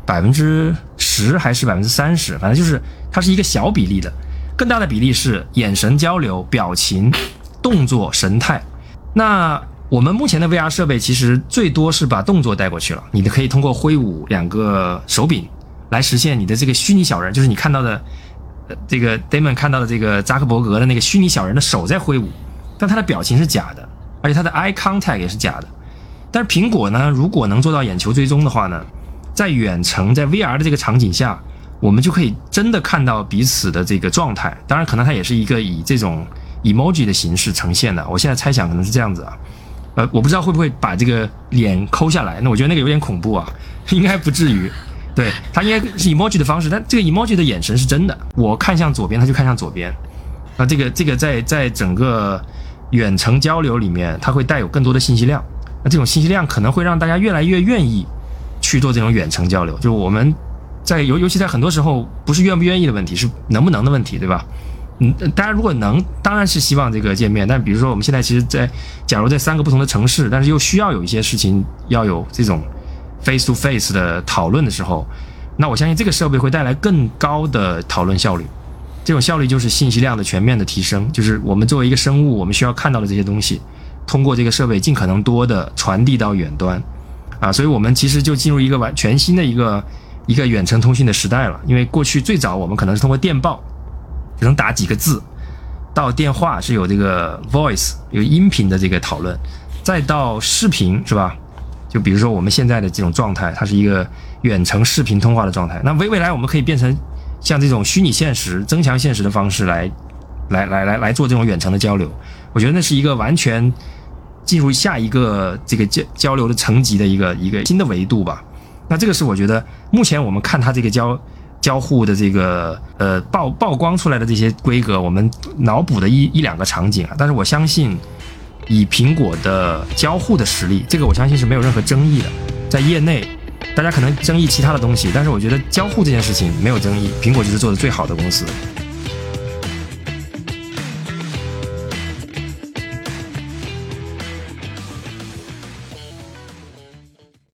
10%还是30%，反正就是它是一个小比例的，更大的比例是眼神交流、表情、动作、神态。那我们目前的 VR 设备其实最多是把动作带过去了，你可以通过挥舞2个手柄来实现你的这个虚拟小人，就是你看到的这个 Damon 看到的这个扎克伯格的那个虚拟小人的手在挥舞，但他的表情是假的，而且他的 eye contact 也是假的。但是苹果呢，如果能做到眼球追踪的话呢，在远程在 VR 的这个场景下，我们就可以真的看到彼此的这个状态。当然可能它也是一个以这种 emoji 的形式呈现的，我现在猜想可能是这样子啊。我不知道会不会把这个脸抠下来，那我觉得那个有点恐怖啊，应该不至于。对，它应该是 emoji 的方式，但这个 emoji 的眼神是真的，我看向左边它就看向左边。那这个在整个远程交流里面，它会带有更多的信息量，那这种信息量可能会让大家越来越愿意去做这种远程交流。就是我们尤其在很多时候不是愿不愿意的问题，是能不能的问题，对吧？大家如果能，当然是希望这个见面，但比如说我们现在其实假如在3个不同的城市，但是又需要有一些事情要有这种 face to face 的讨论的时候，那我相信这个设备会带来更高的讨论效率。这种效率就是信息量的全面的提升，就是我们作为一个生物，我们需要看到的这些东西，通过这个设备尽可能多的传递到远端啊，所以我们其实就进入一个全新的一个远程通讯的时代了。因为过去最早我们可能是通过电报只能打几个字，到电话是有这个 voice 有音频的这个讨论，再到视频，是吧？就比如说我们现在的这种状态，它是一个远程视频通话的状态。那未来我们可以变成像这种虚拟现实、增强现实的方式来做这种远程的交流。我觉得那是一个完全进入下一个这个交流的层级的一个新的维度吧。那这个是我觉得目前我们看它这个交互的这个曝光出来的这些规格，我们脑补的一两个场景啊。但是我相信以苹果的交互的实力，这个我相信是没有任何争议的。在业内大家可能争议其他的东西，但是我觉得交互这件事情没有争议，苹果就是做的最好的公司。